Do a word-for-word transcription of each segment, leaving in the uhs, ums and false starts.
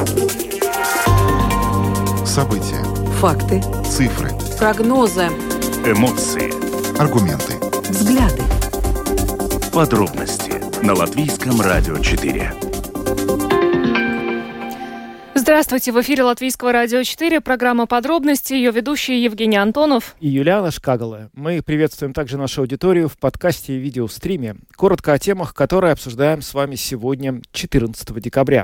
События. Факты. Цифры. Прогнозы. Эмоции. Аргументы. Взгляды. Подробности на Латвийском радио четыре. Здравствуйте, в эфире Латвийского радио четыре, программа «Подробности», ее ведущие Евгений Антонов и Юлиана Шкагала. Мы приветствуем также нашу аудиторию в подкасте и видеостриме. Коротко о темах, которые обсуждаем с вами сегодня, четырнадцатого декабря.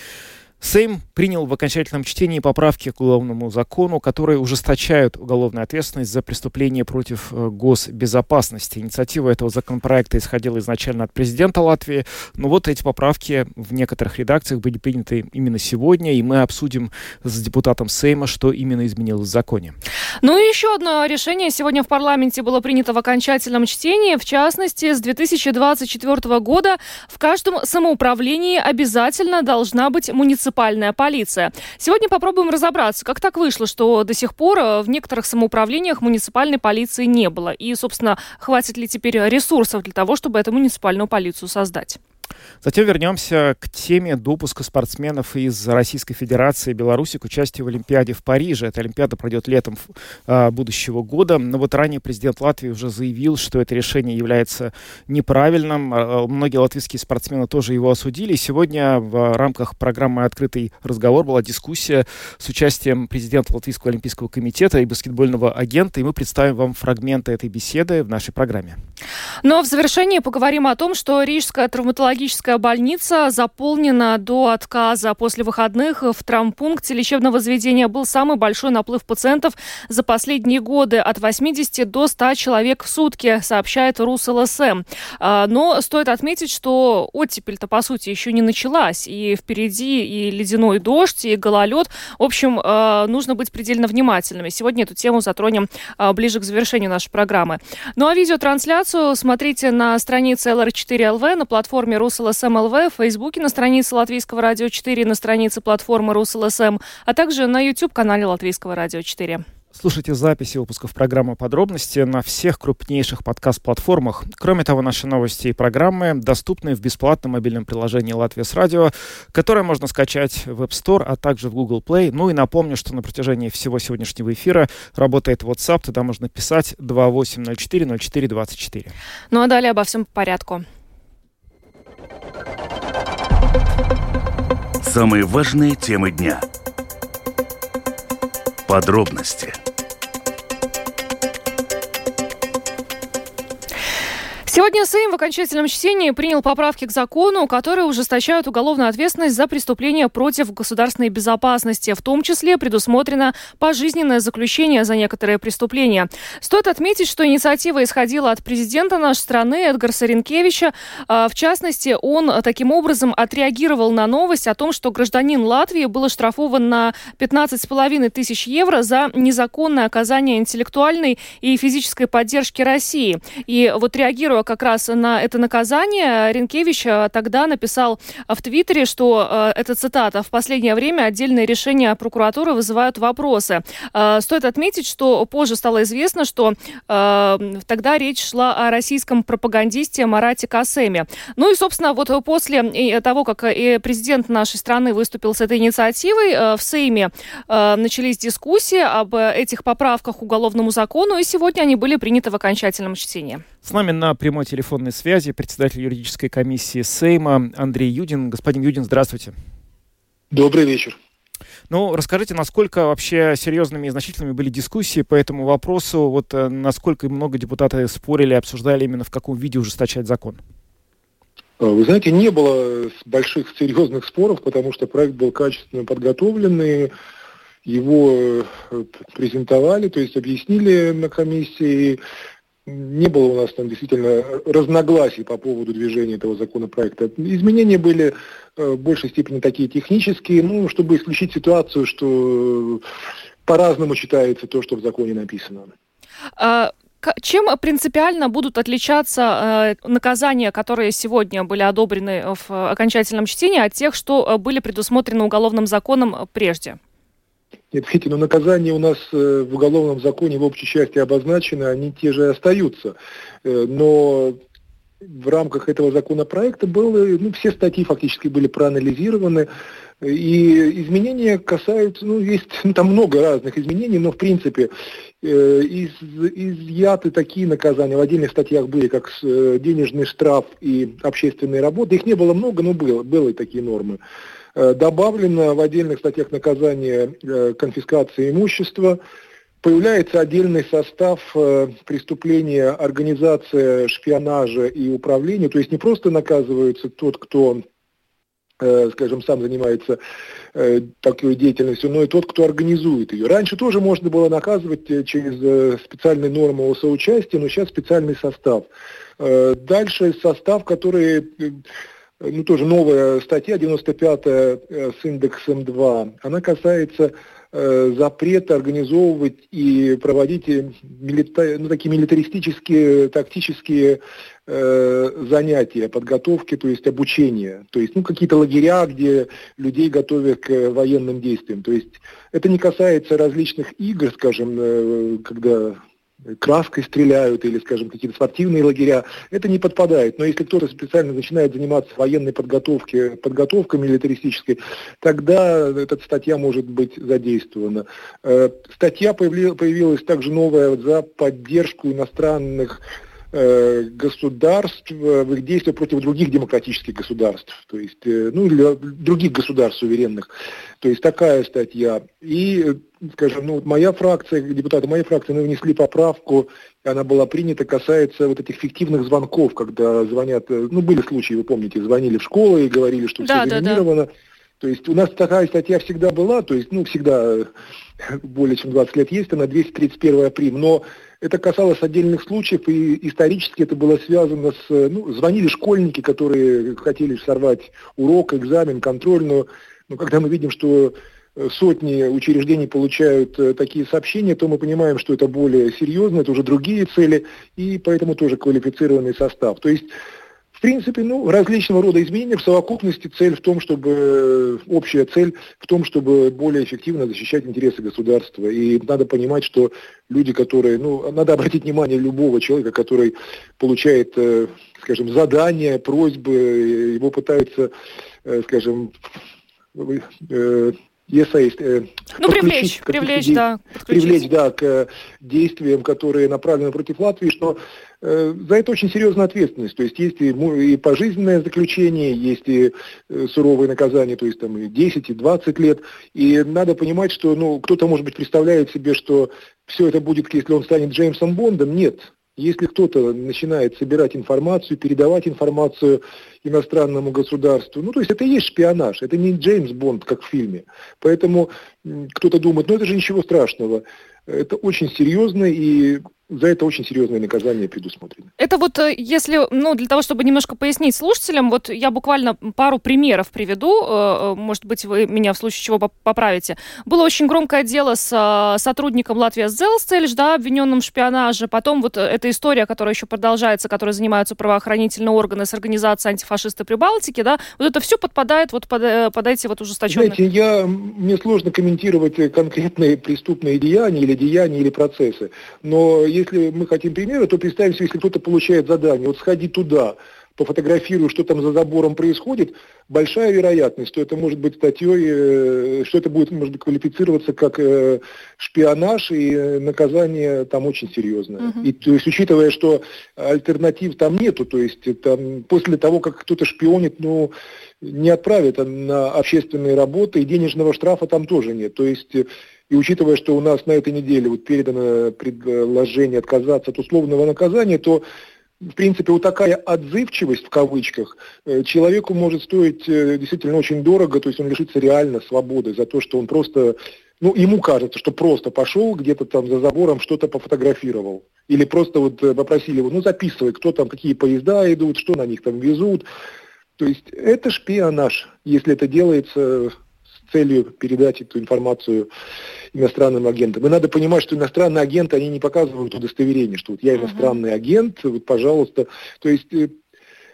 Сейм принял в окончательном чтении поправки к уголовному закону, которые ужесточают уголовную ответственность за преступления против госбезопасности. Инициатива этого законопроекта исходила изначально от президента Латвии, но вот эти поправки в некоторых редакциях были приняты именно сегодня, и мы обсудим с депутатом Сейма, что именно изменилось в законе. Ну и еще одно решение сегодня в парламенте было принято в окончательном чтении. В частности, с две тысячи двадцать четвёртого года в каждом самоуправлении обязательно должна быть муниципальная Муниципальная полиция. Сегодня попробуем разобраться, как так вышло, что до сих пор в некоторых самоуправлениях муниципальной полиции не было. И, собственно, хватит ли теперь ресурсов для того, чтобы эту муниципальную полицию создать? Затем вернемся к теме допуска спортсменов из Российской Федерации и Беларуси к участию в Олимпиаде в Париже. Эта Олимпиада пройдет летом а, будущего года. Но вот ранее президент Латвии уже заявил, что это решение является неправильным. А, многие латвийские спортсмены тоже его осудили. Сегодня в рамках программы «Открытый разговор» была дискуссия с участием президента Латвийского олимпийского комитета и баскетбольного агента. И мы представим вам фрагменты этой беседы в нашей программе. Но в завершении поговорим о том, что Рижская травматологическая больница заполнена до отказа. После выходных в травмпункте лечебного заведения был самый большой наплыв пациентов за последние годы. От восьмидесяти до ста человек в сутки, сообщает РусЛСМ. Но стоит отметить, что оттепель-то, по сути, еще не началась. И впереди и ледяной дождь, и гололед. В общем, нужно быть предельно внимательными. Сегодня эту тему затронем ближе к завершению нашей программы. Ну а видеотрансляцию смотрите на странице эл эр четыре эл ви, на платформе РусЛСМ эл ви, в Фейсбуке на странице Латвийского радио четыре, на странице платформы РусЛСМ, а также на YouTube-канале Латвийского радио четыре. Слушайте записи выпусков программы «Подробности» на всех крупнейших подкаст-платформах. Кроме того, наши новости и программы доступны в бесплатном мобильном приложении «Латвия с радио», которое можно скачать в App Store, а также в Google Play. Ну и напомню, что на протяжении всего сегодняшнего эфира работает WhatsApp, туда можно писать два восемь ноль четыре ноль четыре двадцать четыре. Ну а далее обо всем по порядку. Самые важные темы дня. Подробности. Сегодня Сейм в окончательном чтении принял поправки к закону, которые ужесточают уголовную ответственность за преступления против государственной безопасности. В том числе предусмотрено пожизненное заключение за некоторые преступления. Стоит отметить, что инициатива исходила от президента нашей страны Эдгарса Ринкевича. В частности, он таким образом отреагировал на новость о том, что гражданин Латвии был оштрафован на пятнадцать с половиной тысяч евро за незаконное оказание интеллектуальной и физической поддержки России. И вот реагируя как раз на это наказание, Ринкевич тогда написал в Твиттере, что, это цитата, «в последнее время отдельные решения прокуратуры вызывают вопросы». Стоит отметить, что позже стало известно, что тогда речь шла о российском пропагандисте Марате Касеме. Ну и, собственно, вот после того, как президент нашей страны выступил с этой инициативой, в Сейме начались дискуссии об этих поправках к уголовному закону, и сегодня они были приняты в окончательном чтении. С нами на прямой телефонной связи председатель юридической комиссии Сейма Андрей Юдин. Господин Юдин, здравствуйте. Добрый вечер. Ну, расскажите, насколько вообще серьезными и значительными были дискуссии по этому вопросу? Вот насколько много депутаты спорили, обсуждали именно в каком виде ужесточать закон? Вы знаете, не было больших серьезных споров, потому что проект был качественно подготовленный, его презентовали, то есть объяснили на комиссии. Не было у нас там действительно разногласий по поводу движения этого законопроекта. Изменения были в большей степени такие технические, ну, чтобы исключить ситуацию, что по-разному читается то, что в законе написано. А... Чем принципиально будут отличаться э, наказания, которые сегодня были одобрены в окончательном чтении, от тех, что были предусмотрены уголовным законом прежде? Нет, видите, но наказания у нас э, в уголовном законе в общей части обозначены, они те же и остаются. Э, но в рамках этого законопроекта было, ну, все статьи фактически были проанализированы, и изменения касаются, ну, есть, ну, там много разных изменений, но в принципе э, из, изъяты такие наказания, в отдельных статьях были, как э, денежный штраф и общественные работы, их не было много, но было, были такие нормы. Э, добавлено в отдельных статьях наказание э, конфискации имущества. Появляется отдельный состав э, преступления организация шпионажа и управления, то есть не просто наказывается тот, кто, э, скажем, сам занимается э, такой деятельностью, но и тот, кто организует ее. Раньше тоже можно было наказывать э, через э, специальные нормы о соучастии, но сейчас специальный состав. Э, дальше состав, который... Э, ну, тоже новая статья, девяносто пятая э, с индексом два, она касается э, запрета организовывать и проводить милита... ну, такие милитаристические, тактические э, занятия, подготовки, то есть обучение. То есть, ну, какие-то лагеря, где людей готовят к военным действиям. То есть это не касается различных игр, скажем, э, когда... краской стреляют или, скажем, какие-то спортивные лагеря, это не подпадает. Но если кто-то специально начинает заниматься военной подготовкой, подготовкой милитаристической, тогда эта статья может быть задействована. Статья появилась также новая за поддержку иностранных государств в их действиях против других демократических государств, то есть, ну, или других государств суверенных. То есть такая статья. И, скажем, ну, моя фракция, депутаты моей фракции, мы внесли поправку, она была принята, касается вот этих фиктивных звонков, когда звонят, ну, были случаи, вы помните, звонили в школы и говорили, что да, все да, заминировано. да. То есть у нас такая статья всегда была, то есть, ну, всегда более чем двадцать лет есть, она двести тридцать первая прим, но это касалось отдельных случаев, и исторически это было связано с... Ну, звонили школьники, которые хотели сорвать урок, экзамен, контрольную. Но когда мы видим, что сотни учреждений получают такие сообщения, то мы понимаем, что это более серьезно, это уже другие цели, и поэтому тоже квалифицированный состав. То есть, в принципе, ну, различного рода изменения, в совокупности цель в том, чтобы, общая цель в том, чтобы более эффективно защищать интересы государства. И надо понимать, что люди, которые, ну, надо обратить внимание любого человека, который получает, скажем, задания, просьбы, его пытаются, скажем, Если, э, ну, привлечь, привлечь, де... да, привлечь, да, к действиям, которые направлены против Латвии, что э, за это очень серьезная ответственность. То есть есть и, и пожизненное заключение, есть и э, суровые наказания, то есть там и десять, и двадцать лет. И надо понимать, что, ну, кто-то, может быть, представляет себе, что все это будет, если он станет Джеймсом Бондом. Нет. Если кто-то начинает собирать информацию, передавать информацию иностранному государству, ну, то есть это и есть шпионаж, это не Джеймс Бонд, как в фильме. Поэтому кто-то думает, ну, это же ничего страшного. Это очень серьезно, и за это очень серьезное наказание предусмотрено. Это вот если, ну, для того, чтобы немножко пояснить слушателям, вот я буквально пару примеров приведу, может быть, вы меня в случае чего поправите. Было очень громкое дело с сотрудником Латвия Зелстельш, да, обвиненным в шпионаже. Потом вот эта история, которая еще продолжается, которой занимаются правоохранительные органы с организацией антифашисты Прибалтики, да, вот это все подпадает вот под, под эти вот ужесточенные... Знаете, я, мне сложно комментировать конкретные преступные деяния или деяния, или процессы, но если мы хотим примеры, то представим себе, если кто-то получает задание, вот сходи туда, пофотографируй, что там за забором происходит, большая вероятность, что это может быть статьей, что это будет, может быть, квалифицироваться как шпионаж, и наказание там очень серьезное. Uh-huh. И то есть, учитывая, что альтернатив там нету, то есть там, после того, как кто-то шпионит, ну, не отправят на общественные работы, и денежного штрафа там тоже нет. То есть, и учитывая, что у нас на этой неделе вот передано предложение отказаться от условного наказания, то, в принципе, вот такая отзывчивость, в кавычках, человеку может стоить действительно очень дорого, то есть он лишится реально свободы за то, что он просто, ну, ему кажется, что просто пошел где-то там за забором, что-то пофотографировал. Или просто вот попросили его, ну, записывай, кто там, какие поезда идут, что на них там везут. То есть это шпионаж, если это делается с целью передать эту информацию иностранным агентам. И надо понимать, что иностранные агенты, они не показывают удостоверение, что вот я иностранный агент, вот, пожалуйста. То есть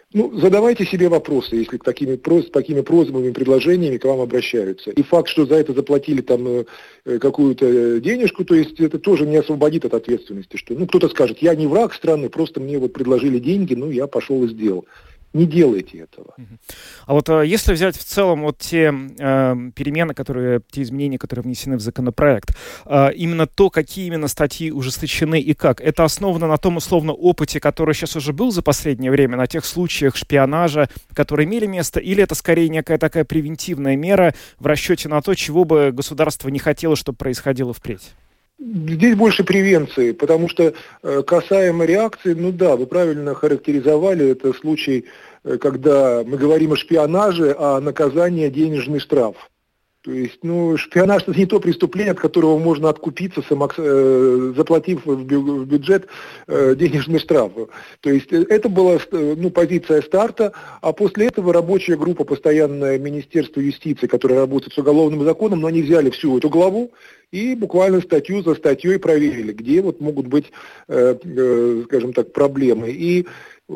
Ну, задавайте себе вопросы, если к такими, прос, такими просьбами, предложениями к вам обращаются. И факт, что за это заплатили там э, какую-то денежку, то есть это тоже не освободит от ответственности. Что, ну, кто-то скажет, я не враг страны, просто мне вот предложили деньги, ну, я пошел и сделал. Не делайте этого. А вот если взять в целом вот те э, перемены, которые, те изменения, которые внесены в законопроект, э, именно то, какие именно статьи ужесточены и как, это основано на том условно опыте, который сейчас уже был за последнее время, на тех случаях шпионажа, которые имели место, или это скорее некая такая превентивная мера в расчете на то, чего бы государство не хотело, чтобы происходило впредь? Здесь больше превенции, потому что э, касаемо реакции, ну да, вы правильно характеризовали, это случай, э, когда мы говорим о шпионаже, а наказание денежный штраф. То есть, ну, шпионаж – это не то преступление, от которого можно откупиться, самок, э, заплатив в, бю, в бюджет э, денежный штраф. То есть, это была ну, позиция старта, а после этого рабочая группа, постоянное Министерство юстиции, которое работает с уголовным законом, но они взяли всю эту главу и буквально статью за статьей проверили, где вот могут быть, э, э, скажем так, проблемы. И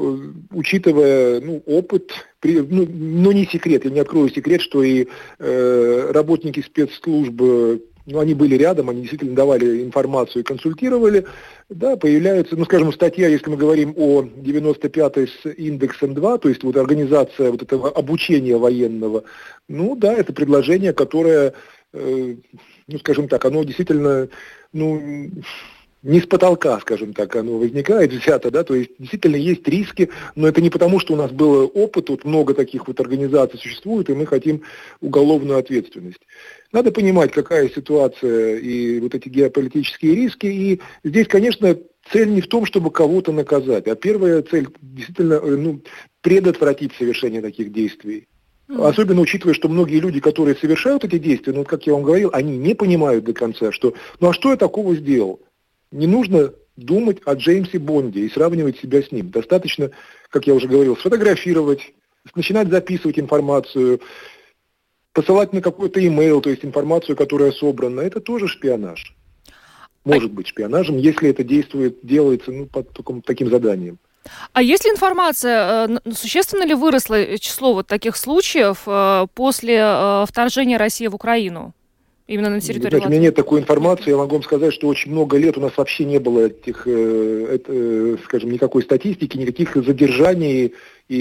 учитывая ну, опыт, при, ну, ну не секрет, я не открою секрет, что и э, работники спецслужб, ну они были рядом, они действительно давали информацию и консультировали, да, появляется, ну скажем, статья, если мы говорим о девяносто пятой с индексом два, то есть вот организация вот этого обучения военного, ну да, это предложение, которое, э, ну скажем так, оно действительно, ну... не с потолка, скажем так, оно возникает, взято, да, то есть действительно есть риски, но это не потому, что у нас был опыт, вот много таких вот организаций существует, и мы хотим уголовную ответственность. Надо понимать, какая ситуация и вот эти геополитические риски, и здесь, конечно, цель не в том, чтобы кого-то наказать, а первая цель действительно ну, предотвратить совершение таких действий. Особенно учитывая, что многие люди, которые совершают эти действия, ну, как я вам говорил, они не понимают до конца, что ну а что я такого сделал? Не нужно думать о Джеймсе Бонде и сравнивать себя с ним. Достаточно, как я уже говорил, сфотографировать, начинать записывать информацию, посылать на какой-то имейл, то есть информацию, которая собрана. Это тоже шпионаж. Может быть шпионажем, если это действует, делается ну, под таким, таким заданием. А есть ли информация, существенно ли выросло число вот таких случаев после вторжения России в Украину? Именно на территории Знаете, Латвии? у меня нет такой информации, я могу вам сказать, что очень много лет у нас вообще не было этих, э, э, скажем, никакой статистики, никаких задержаний,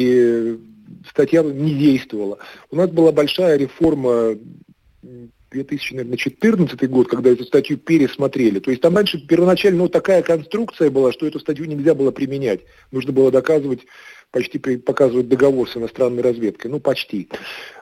и статья не действовала. У нас была большая реформа две тысячи четырнадцатый год, когда эту статью пересмотрели. То есть там раньше первоначально вот такая конструкция была, что эту статью нельзя было применять. Нужно было доказывать, почти показывать договор с иностранной разведкой. Ну, почти.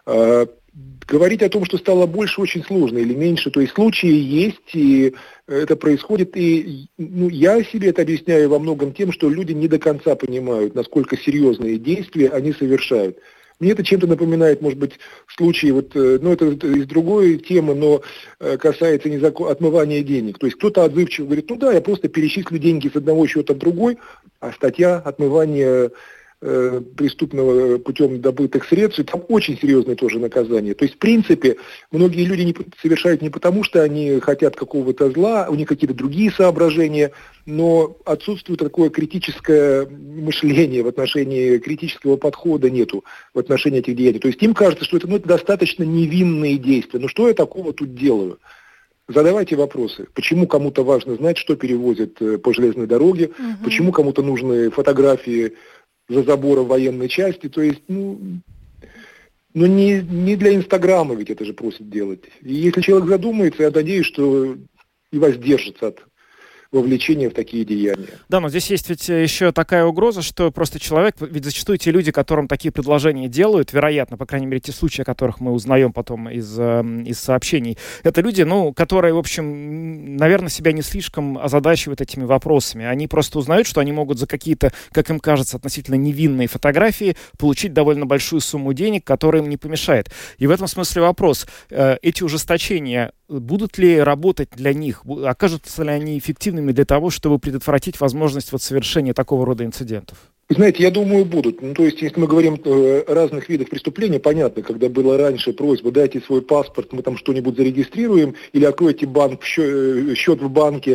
Говорить о том, что стало больше, очень сложно или меньше. То есть случаи есть, и это происходит. И ну, я себе это объясняю во многом тем, что люди не до конца понимают, насколько серьезные действия они совершают. Мне это чем-то напоминает, может быть, случаи, вот, ну это из другой темы, но касается незакон... отмывания денег. То есть кто-то отзывчиво говорит, ну да, я просто перечислю деньги с одного счета в другой, а статья отмывания э, преступного путем добытых средств, там очень серьезное тоже наказание. То есть, в принципе, многие люди не совершают не потому, что они хотят какого-то зла, у них какие-то другие соображения, но отсутствует такое критическое мышление в отношении, критического подхода нету в отношении этих деяний. То есть им кажется, что это, ну, это достаточно невинные действия. Ну что я такого тут делаю? Задавайте вопросы. Почему кому-то важно знать, что перевозят по железной дороге, угу. Почему кому-то нужны фотографии за забором военной части. То есть, ну, ну не, не для Инстаграма ведь это же просят делать. И если человек задумается, я надеюсь, что и воздержится от вовлечение в такие деяния. Да, но здесь есть ведь еще такая угроза, что просто человек, ведь зачастую те люди, которым такие предложения делают, вероятно, по крайней мере, те случаи, о которых мы узнаем потом из, из сообщений, это люди, ну, которые, в общем, наверное, себя не слишком озадачивают этими вопросами. Они просто узнают, что они могут за какие-то, как им кажется, относительно невинные фотографии получить довольно большую сумму денег, которая им не помешает. И в этом смысле вопрос, эти ужесточения будут ли работать для них, окажутся ли они эффективными для того, чтобы предотвратить возможность вот совершения такого рода инцидентов? Знаете, я думаю, будут. Ну, то есть, если мы говорим о разных видах преступления, понятно, когда была раньше просьба, дайте свой паспорт, мы там что-нибудь зарегистрируем, или откройте банк, счет в банке,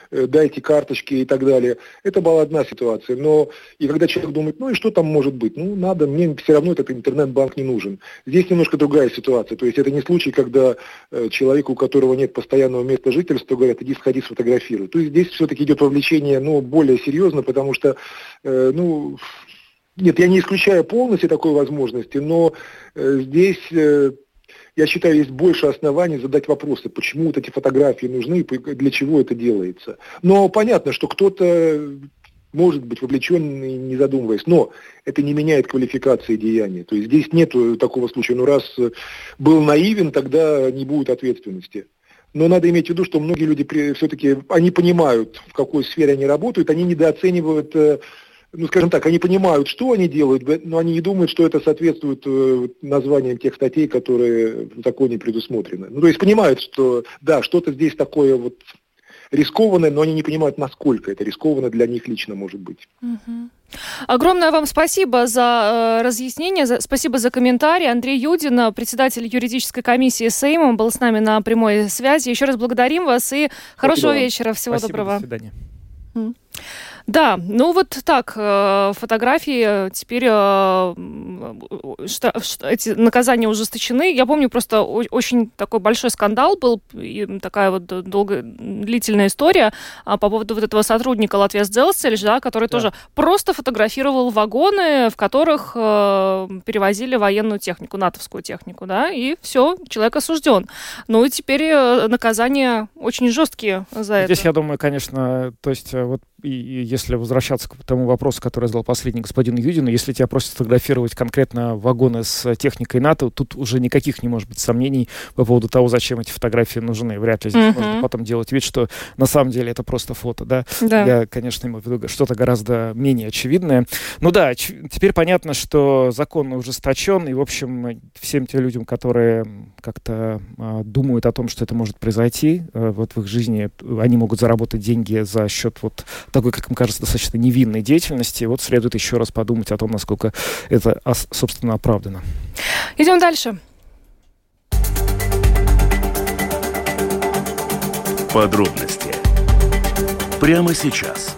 дайте карточки и так далее. Это была одна ситуация. Но и когда человек думает, ну и что там может быть? Ну, надо, мне все равно этот интернет-банк не нужен. Здесь немножко другая ситуация. То есть это не случай, когда человеку, у которого нет постоянного места жительства, говорят, иди сходи сфотографируй. То есть здесь все-таки идет вовлечение, ну, более серьезно, потому что, э, ну... Нет, я не исключаю полностью такой возможности, но э, здесь, э, я считаю, есть больше оснований задать вопросы, почему вот эти фотографии нужны и для чего это делается. Но понятно, что кто-то может быть вовлечен, не задумываясь, но это не меняет квалификации деяния. То есть здесь нет такого случая, ну раз был наивен, тогда не будет ответственности. Но надо иметь в виду, что многие люди все-таки, они понимают, в какой сфере они работают, они недооценивают... Ну, скажем так, они понимают, что они делают, но они не думают, что это соответствует э, названиям тех статей, которые в законе предусмотрены. Ну, то есть понимают, что, да, что-то здесь такое вот рискованное, но они не понимают, насколько это рискованно для них лично может быть. Угу. Огромное вам спасибо за э, разъяснение, за, спасибо за комментарий. Андрей Юдин, председатель юридической комиссии Сейма, был с нами на прямой связи. Еще раз благодарим вас и хорошего спасибо. Вечера. Всего спасибо, доброго. До свидания. Да, ну вот так, фотографии теперь, что, что, эти наказания ужесточены. Я помню, просто очень такой большой скандал был, и такая вот долго, длительная история по поводу вот этого сотрудника Латвийс-Дзелсцельш, да, который да. тоже просто фотографировал вагоны, в которых перевозили военную технику, натовскую технику, да, и все, человек осужден. Ну и теперь наказания очень жесткие за Здесь, это. Здесь, я думаю, конечно, то есть вот и, и если возвращаться к тому вопросу, который задал последний господин Юдин, если тебя просят сфотографировать конкретно вагоны с техникой НАТО, тут уже никаких не может быть сомнений по поводу того, зачем эти фотографии нужны. Вряд ли здесь uh-huh. можно потом делать вид, что на самом деле это просто фото, да. да. Я, конечно, имею в виду что-то гораздо менее очевидное. Ну да, ч- теперь понятно, что закон ужесточен, и, в общем, всем тем людям, которые как-то э, думают о том, что это может произойти э, вот в их жизни, они могут заработать деньги за счет вот такой, как им кажется, достаточно невинной деятельности. Вот следует еще раз подумать о том, насколько это, собственно, оправдано. Идем дальше. Подробности прямо сейчас.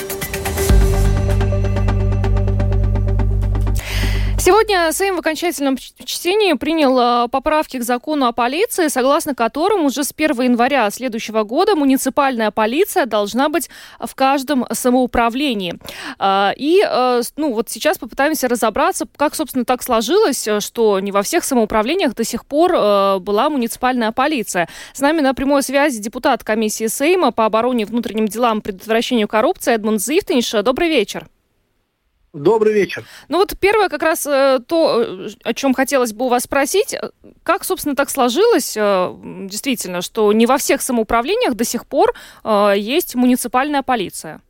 Сегодня Сейм в окончательном чтении принял поправки к закону о полиции, согласно которым уже с первого января следующего года муниципальная полиция должна быть в каждом самоуправлении. И ну, вот сейчас попытаемся разобраться, как, собственно, так сложилось, что не во всех самоуправлениях до сих пор была муниципальная полиция. С нами на прямой связи депутат комиссии Сейма по обороне, внутренним делам и предотвращению коррупции Эдмундс Зифтинш. Добрый вечер. Добрый вечер. Ну вот первое как раз э, то, о чем хотелось бы у вас спросить. Как, собственно, так сложилось, э, действительно, что не во всех самоуправлениях до сих пор э, есть муниципальная полиция?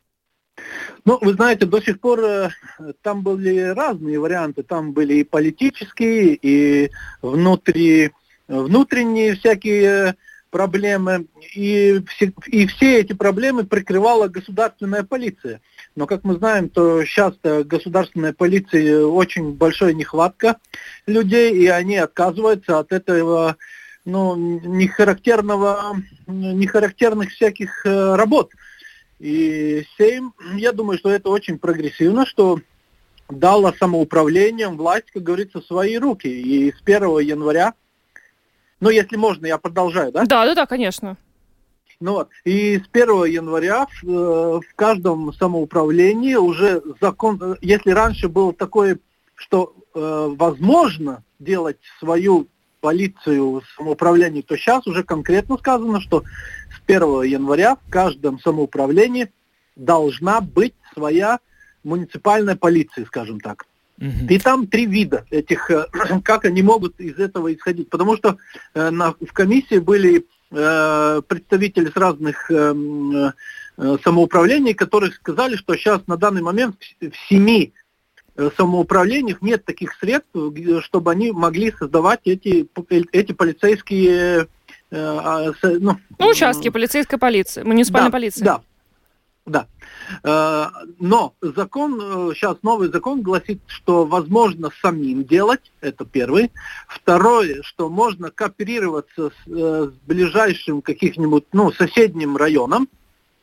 Ну, вы знаете, до сих пор э, там были разные варианты. Там были и политические, и внутри, внутренние всякие проблемы. И все, и все эти проблемы прикрывала государственная полиция. Но, как мы знаем, то сейчас государственной полиции очень большая нехватка людей, и они отказываются от этого, ну, нехарактерного, нехарактерных всяких работ. И Сейм, я думаю, что это очень прогрессивно, что дало самоуправлением власть, как говорится, в свои руки. И с первого января, ну, если можно, я продолжаю, да? Да, да, да, конечно. Ну вот, и с первого января в, в каждом самоуправлении уже закон, если раньше было такое, что э, возможно делать свою полицию в самоуправлении, то сейчас уже конкретно сказано, что с первого января в каждом самоуправлении должна быть своя муниципальная полиция, скажем так. Mm-hmm. И там три вида этих, э, как они могут из этого исходить. Потому что э, на, в комиссии были представители с разных э, э, самоуправлений, которые сказали, что сейчас на данный момент в, в семи самоуправлениях нет таких средств, чтобы они могли создавать эти, эти полицейские... Э, э, ну, ну, участки полицейской полиции, муниципальной да, полиции. Да, да. Но закон, сейчас новый закон гласит, что возможно самим делать, это первый. Второе, что можно кооперироваться с, с ближайшим каких-нибудь, ну, соседним районом,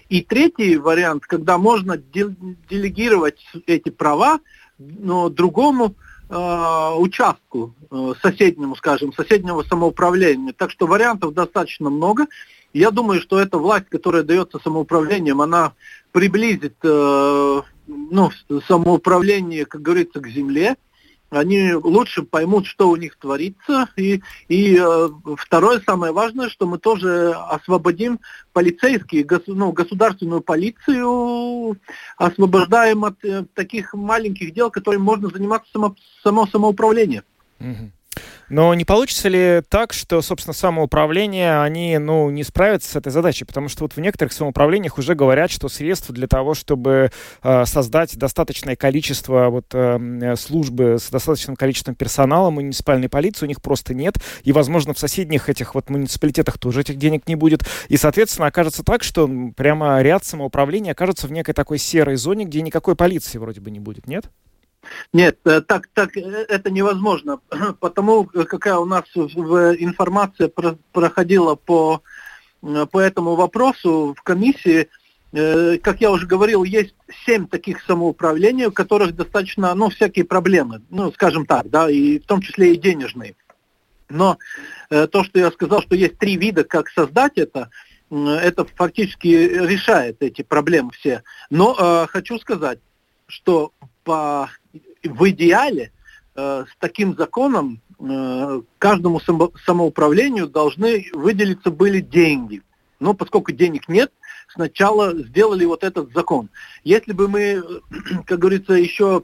И третий вариант, когда можно делегировать эти права, но другому э, участку, э, соседнему, скажем, соседнего самоуправления. Так что вариантов достаточно много. Я думаю, что эта власть, которая дается самоуправлением, она приблизит э, ну, самоуправление, как говорится, к земле. Они лучше поймут, что у них творится. И, и э, второе, самое важное, что мы тоже освободим полицейские, гос, ну, государственную полицию, освобождаем от э, таких маленьких дел, которыми можно заниматься само, само самоуправление. Mm-hmm. Но не получится ли так, что, собственно, самоуправление, они, ну, не справятся с этой задачей? Потому что вот в некоторых самоуправлениях уже говорят, что средства для того, чтобы э, создать достаточное количество вот, э, службы с достаточным количеством персонала муниципальной полиции у них просто нет. И, возможно, в соседних этих вот муниципалитетах тоже этих денег не будет. И, соответственно, окажется так, что прямо ряд самоуправлений окажется в некой такой серой зоне, где никакой полиции вроде бы не будет, нет? Нет, так, так это невозможно, потому какая у нас информация проходила по, по этому вопросу в комиссии. Как я уже говорил, есть семь таких самоуправлений, у которых достаточно, ну, всякие проблемы, ну, скажем так, да, и в том числе и денежные. Но то, что я сказал, что есть три вида, как создать это, это фактически решает эти проблемы все. Но э, хочу сказать, что по, в идеале э, с таким законом э, каждому само, самоуправлению должны выделиться были деньги. Но поскольку денег нет, сначала сделали вот этот закон. Если бы мы, как говорится, еще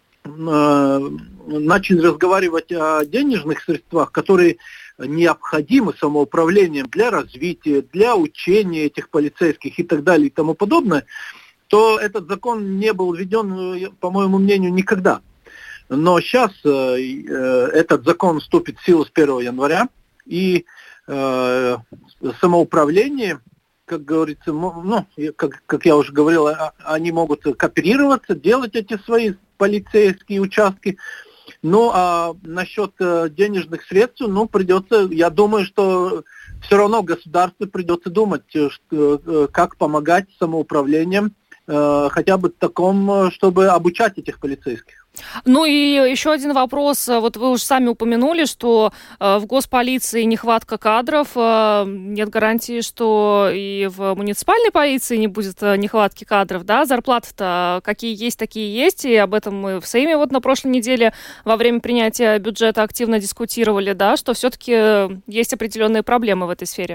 э, начали разговаривать о денежных средствах, которые необходимы самоуправлением для развития, для учения этих полицейских и так далее и тому подобное, то этот закон не был введен, по моему мнению, никогда. Но сейчас э, э, этот закон вступит в силу с первого января, и э, самоуправление, как говорится, ну, как, как я уже говорил, они могут кооперироваться, делать эти свои полицейские участки. Ну, а насчет э, денежных средств, ну, придется, я думаю, что все равно государству придется думать, что, э, как помогать самоуправлениям, хотя бы таком, чтобы обучать этих полицейских. Ну и еще один вопрос. Вот вы уже сами упомянули, что в госполиции нехватка кадров. Нет гарантии, что и в муниципальной полиции не будет нехватки кадров, да? Зарплаты-то какие есть, такие есть. И об этом мы в Сейме вот на прошлой неделе во время принятия бюджета активно дискутировали, да, что все-таки есть определенные проблемы в этой сфере.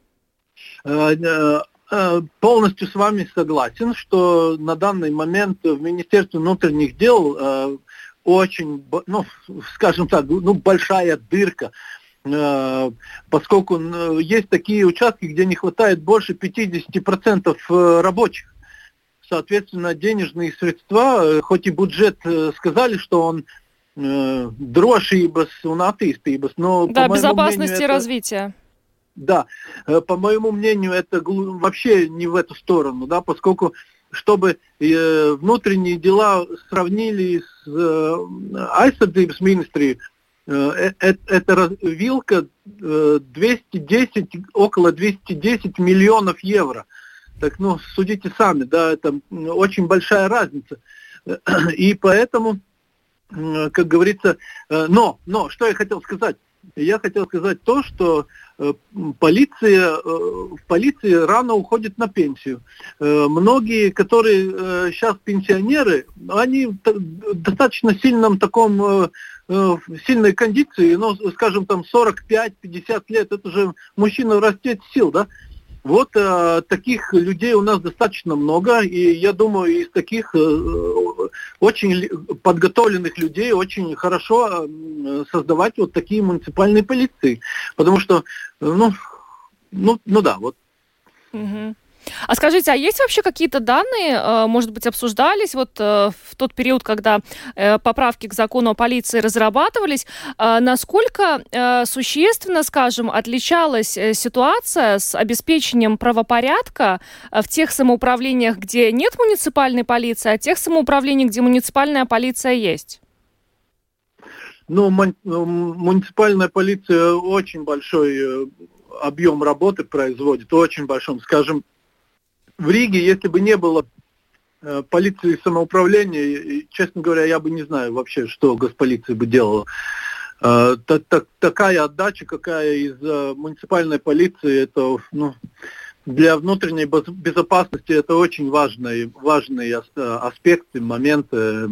Полностью с вами согласен, что на данный момент в Министерстве внутренних дел э, очень, ну, скажем так, ну, большая дырка, э, поскольку э, есть такие участки, где не хватает больше пятьдесят процентов рабочих. Соответственно, денежные средства, э, хоть и бюджет э, сказали, что он э, drošības un attīstības, но, да, по безопасности и это... развития. Да, по моему мнению, это вообще не в эту сторону, да, поскольку, чтобы э, внутренние дела сравнили с aizsardzības министрией, э, э, это вилка э, двести десять, около двести десять миллионов евро. Так, ну, судите сами, да, это очень большая разница. И поэтому, э, как говорится, э, но, но, что я хотел сказать? Я хотел сказать то, что э, полиция, э, в полиции рано уходит на пенсию. Э, многие, которые э, сейчас пенсионеры, они т- достаточно сильном таком, э, э, сильной кондиции, ну, скажем, там сорок пять - пятьдесят лет, это же мужчина растет сил, да? Вот э, таких людей у нас достаточно много, и я думаю, из таких э, очень подготовленных людей очень хорошо э, создавать вот такие муниципальные полиции, потому что, ну, ну, ну да, вот. Угу. А скажите, а есть вообще какие-то данные, может быть, обсуждались вот в тот период, когда поправки к закону о полиции разрабатывались, насколько существенно, скажем, отличалась ситуация с обеспечением правопорядка в тех самоуправлениях, где нет муниципальной полиции, а тех самоуправлениях, где муниципальная полиция есть? Ну, муниципальная полиция очень большой объем работы производит, очень большой, скажем, в Риге, если бы не было э, полиции самоуправления, честно говоря, я бы не знаю вообще, что госполиция бы делала. Э, та, та, такая отдача, какая из э, муниципальной полиции, это, ну, для внутренней безопасности это очень важный, важный аспект, момент. Э,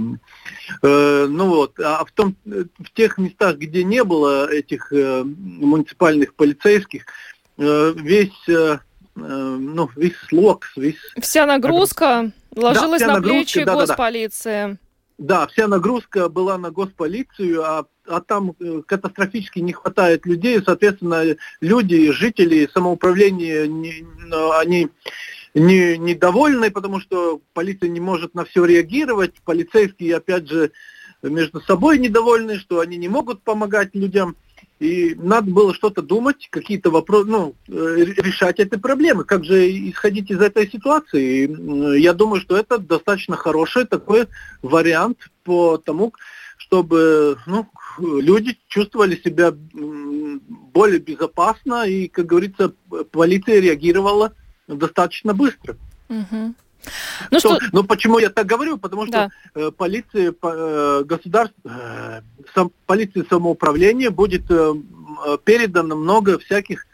ну вот, а в, том, в тех местах, где не было этих э, муниципальных полицейских, э, весь, э, ну, весь слог, весь... Вся нагрузка ложилась да, на нагрузка, плечи да, госполиции. Да, да. Да, вся нагрузка была на госполицию, а, а там катастрофически не хватает людей, соответственно, люди, жители самоуправления, не, они не, недовольны, потому что полиция не может на все реагировать, полицейские, опять же, между собой недовольны, что они не могут помогать людям, и надо было что-то думать, какие-то вопросы, ну, решать эти проблемы, как же исходить из этой ситуации. И я думаю, что это достаточно хороший такой вариант по тому, чтобы, ну, люди чувствовали себя более безопасно, и, как говорится, полиция реагировала достаточно быстро. Угу. Ну, что, что... ну почему я так говорю? Потому что да. э, полиция, э, государство, э, сам, полиция самоуправления будет э, передано много всяких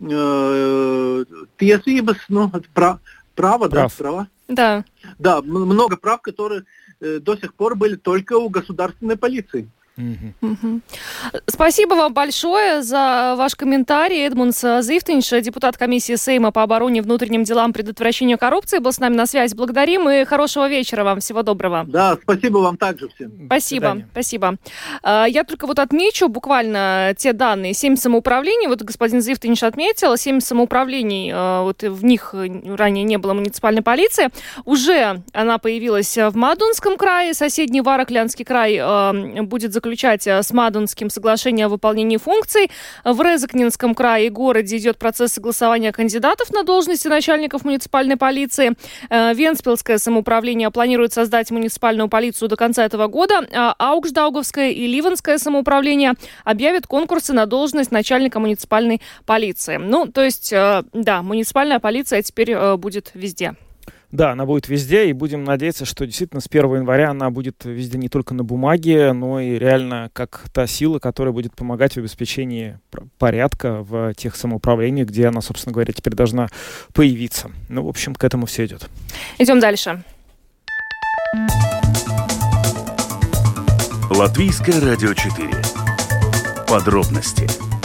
э, tiesības, ну, прав, права, да, права. Да. Да, много прав, которые э, до сих пор были только у государственной полиции. Mm-hmm. Mm-hmm. Спасибо вам большое за ваш комментарий. Эдмундс Зифтинш, депутат комиссии Сейма по обороне, внутренним делам, предотвращению коррупции, был с нами на связи. Благодарим и хорошего вечера вам. Всего доброго. Да, спасибо вам также всем. Спасибо, спасибо. Я только вот отмечу буквально те данные. Семь самоуправлений, вот господин Зифтинш отметил, семь самоуправлений, вот в них ранее не было муниципальной полиции. Уже она появилась в Мадунском крае, соседний Вараклянский край будет заключать с Мадунским соглашение о выполнении функций. В Резекненском крае и городе идет процесс согласования кандидатов на должности начальников муниципальной полиции. Вентспилское самоуправление планирует создать муниципальную полицию до конца этого года, а Аугждаугавское и Ливенское самоуправление объявят конкурсы на должность начальника муниципальной полиции. Ну, то есть, да, муниципальная полиция теперь будет везде. Да, она будет везде, и будем надеяться, что действительно с первого января она будет везде не только на бумаге, но и реально как та сила, которая будет помогать в обеспечении порядка в тех самоуправлениях, где она, собственно говоря, теперь должна появиться. Ну, в общем, к этому все идет. Идем дальше. Латвийское радио четыре. Подробности.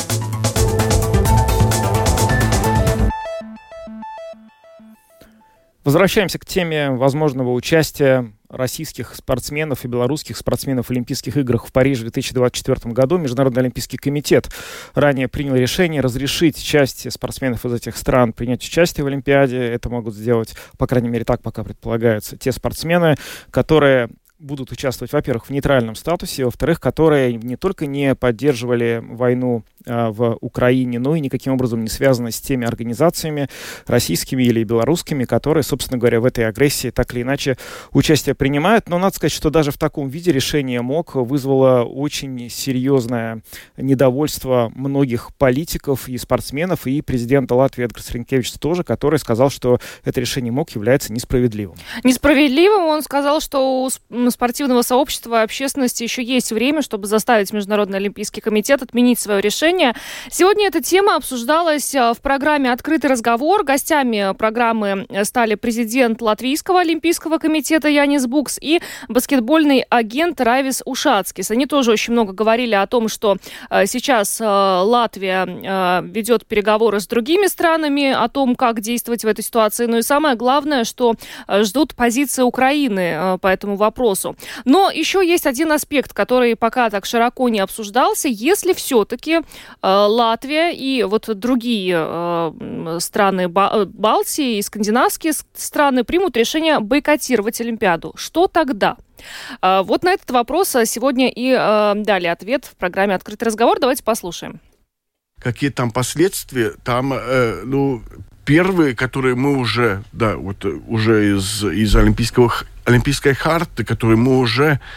Возвращаемся к теме возможного участия российских спортсменов и белорусских спортсменов в Олимпийских играх в Париже в две тысячи двадцать четвёртом году. Международный олимпийский комитет ранее принял решение разрешить части спортсменов из этих стран принять участие в Олимпиаде. Это могут сделать, по крайней мере, так пока предполагается, те спортсмены, которые будут участвовать, во-первых, в нейтральном статусе, во-вторых, которые не только не поддерживали войну э, в Украине, но и никаким образом не связаны с теми организациями российскими или белорусскими, которые, собственно говоря, в этой агрессии так или иначе участие принимают. Но надо сказать, что даже в таком виде решение МОК вызвало очень серьезное недовольство многих политиков и спортсменов, и президента Латвии Эдгара Ринкевича тоже, который сказал, что это решение МОК является несправедливым. Несправедливым. Он сказал, что у спортивного сообщества и общественности еще есть время, чтобы заставить Международный олимпийский комитет отменить свое решение. Сегодня эта тема обсуждалась в программе «Открытый разговор». Гостями программы стали президент Латвийского олимпийского комитета Янис Букс и баскетбольный агент Райвис Ушацкис. Они тоже очень много говорили о том, что сейчас Латвия ведет переговоры с другими странами о том, как действовать в этой ситуации. Ну и самое главное, что ждут позиции Украины по этому вопросу. Но еще есть один аспект, который пока так широко не обсуждался. Если все-таки э, Латвия и вот другие э, страны Ба- Балтии и скандинавские страны примут решение бойкотировать Олимпиаду, что тогда? Э, вот на этот вопрос сегодня и э, дали ответ в программе «Открытый разговор». Давайте послушаем. Какие там последствия? Там, э, ну, первые, которые мы уже, да, вот уже из, из Олимпийского Олимпийской харты, которые мы уже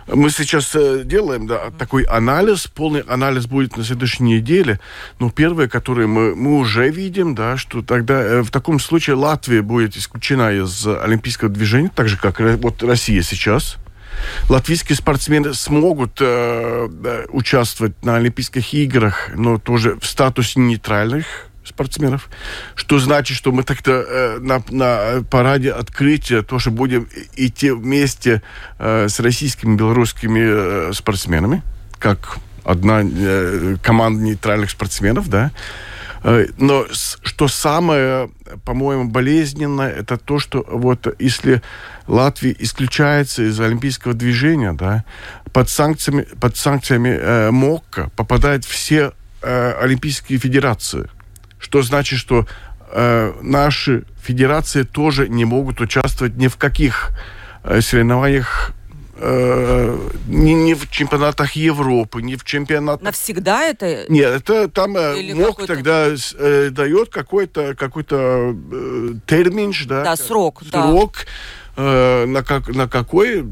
Мы сейчас э, делаем да, такой анализ, полный анализ будет на следующей неделе. Но первое, которое мы, мы уже видим, да, что тогда э, в таком случае Латвия будет исключена из олимпийского движения, так же, как вот Россия сейчас. Латвийские спортсмены смогут э, э, участвовать на Олимпийских играх, но тоже в статусе нейтральных спортсменов, что значит, что мы так-то э, на, на параде открытия тоже будем идти вместе э, с российскими, белорусскими э, спортсменами, как одна э, команда нейтральных спортсменов, да. Э, но с, что самое, по-моему, болезненное, это то, что вот если Латвия исключается из олимпийского движения, да, под санкциями, под санкциями э, МОКа попадают все э, олимпийские федерации. Что значит, что э, наши федерации тоже не могут участвовать ни в каких э, соревнованиях, э, ни, ни в чемпионатах Европы, ни в чемпионатах... Навсегда это? Нет, это там э, МОК тогда э, дает какой-то, какой-то э, термин, да? Да, срок. Срок. Да. На, как, на какой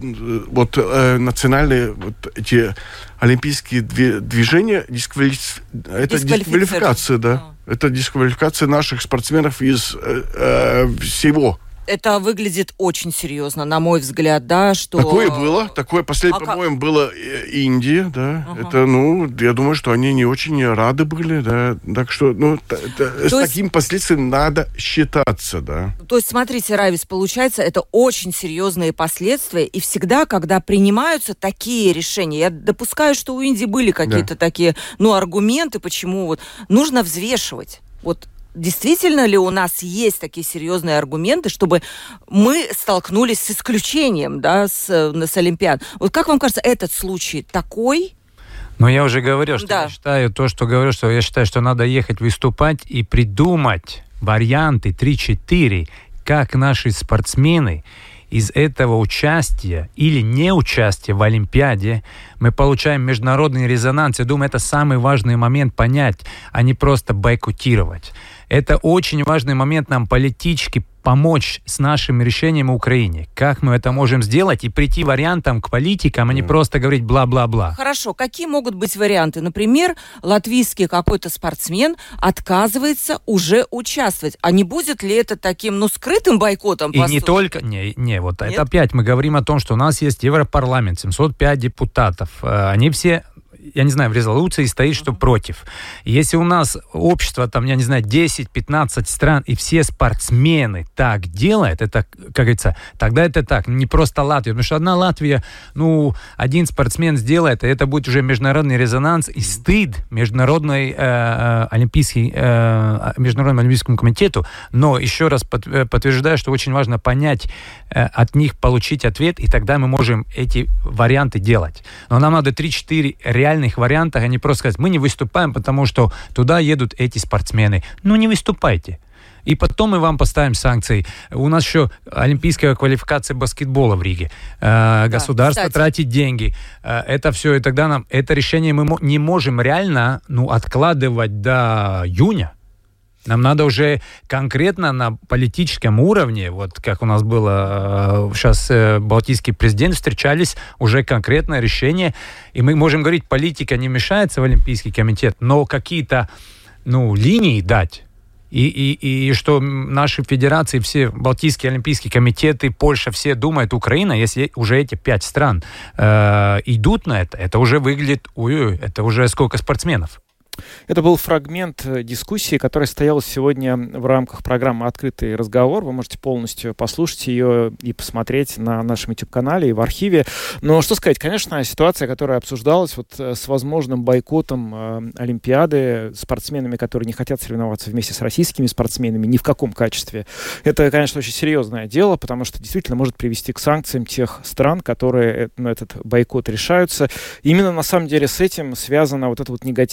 вот э, национальные вот эти олимпийские движения дисквали... это дисквалификация, да, а. это дисквалификация наших спортсменов из э, э, всего. Это выглядит очень серьезно, на мой взгляд, да, что... Такое было, такое последнее, а по-моему, как... было Индия, да, ага. Это, ну, я думаю, что они не очень рады были, да, так что, ну, т- т- с есть... таким последствием надо считаться, да. То есть, смотрите, Равис, получается, это очень серьезные последствия, и всегда, когда принимаются такие решения, я допускаю, что у Индии были какие-то да. такие, ну, аргументы, почему вот, нужно взвешивать, вот, действительно ли у нас есть такие серьезные аргументы, чтобы мы столкнулись с исключением, да, с, с Олимпиад? Вот как вам кажется, этот случай такой? Ну, я уже говорил, что да. я считаю то, что говорю, что я считаю, что надо ехать выступать и придумать варианты три-четыре, как наши спортсмены из этого участия или неучастия в Олимпиаде мы получаем международный резонанс. Я думаю, это самый важный момент понять, а не просто бойкотировать. Это очень важный момент нам политически помочь с нашим решением в Украине. Как мы это можем сделать и прийти вариантам к политикам, а не просто говорить бла-бла-бла. Хорошо. Какие могут быть варианты? Например, латвийский какой-то спортсмен отказывается уже участвовать. А не будет ли это таким, ну, скрытым бойкотом? И не только... Не, не вот Нет? это опять мы говорим о том, что у нас есть Европарламент, семьсот пять депутатов. Они все... я не знаю, в резолюции стоит, что против. Если у нас общество, там, я не знаю, десять-пятнадцать стран, и все спортсмены так делают, это, как говорится, тогда это так, не просто Латвия. Потому что одна Латвия, ну, один спортсмен сделает, и это будет уже международный резонанс и стыд международной э, олимпийский, э, международному олимпийскому комитету. Но еще раз под, подтверждаю, что очень важно понять, э, от них получить ответ, и тогда мы можем эти варианты делать. Но нам надо три-четыре реальных вариантах, а не просто сказать, мы не выступаем, потому что туда едут эти спортсмены. Ну, не выступайте. И потом мы вам поставим санкции. У нас еще олимпийская квалификация баскетбола в Риге. Э, государство кстати. тратит деньги. Э, это все, и тогда нам это решение мы не можем реально ну, откладывать до июня. Нам надо уже конкретно на политическом уровне, вот как у нас было э, сейчас э, балтийский президент, встречались, уже конкретное решение. И мы можем говорить, политика не мешается в Олимпийский комитет, но какие-то ну, линии дать. И, и, и что наши федерации, все Балтийские олимпийские комитеты, Польша, все думают, Украина, если уже эти пять стран э, идут на это, это уже выглядит, ой-ой, это уже сколько спортсменов. Это был фрагмент дискуссии, которая состоялась сегодня в рамках программы «Открытый разговор». Вы можете полностью послушать ее и посмотреть на нашем YouTube-канале и в архиве. Но что сказать, конечно, ситуация, которая обсуждалась вот с возможным бойкотом э, Олимпиады, спортсменами, которые не хотят соревноваться вместе с российскими спортсменами ни в каком качестве, это, конечно, очень серьезное дело, потому что действительно может привести к санкциям тех стран, которые ну, этот бойкот решаются. Именно на самом деле с этим связана вот эта вот негативная позиция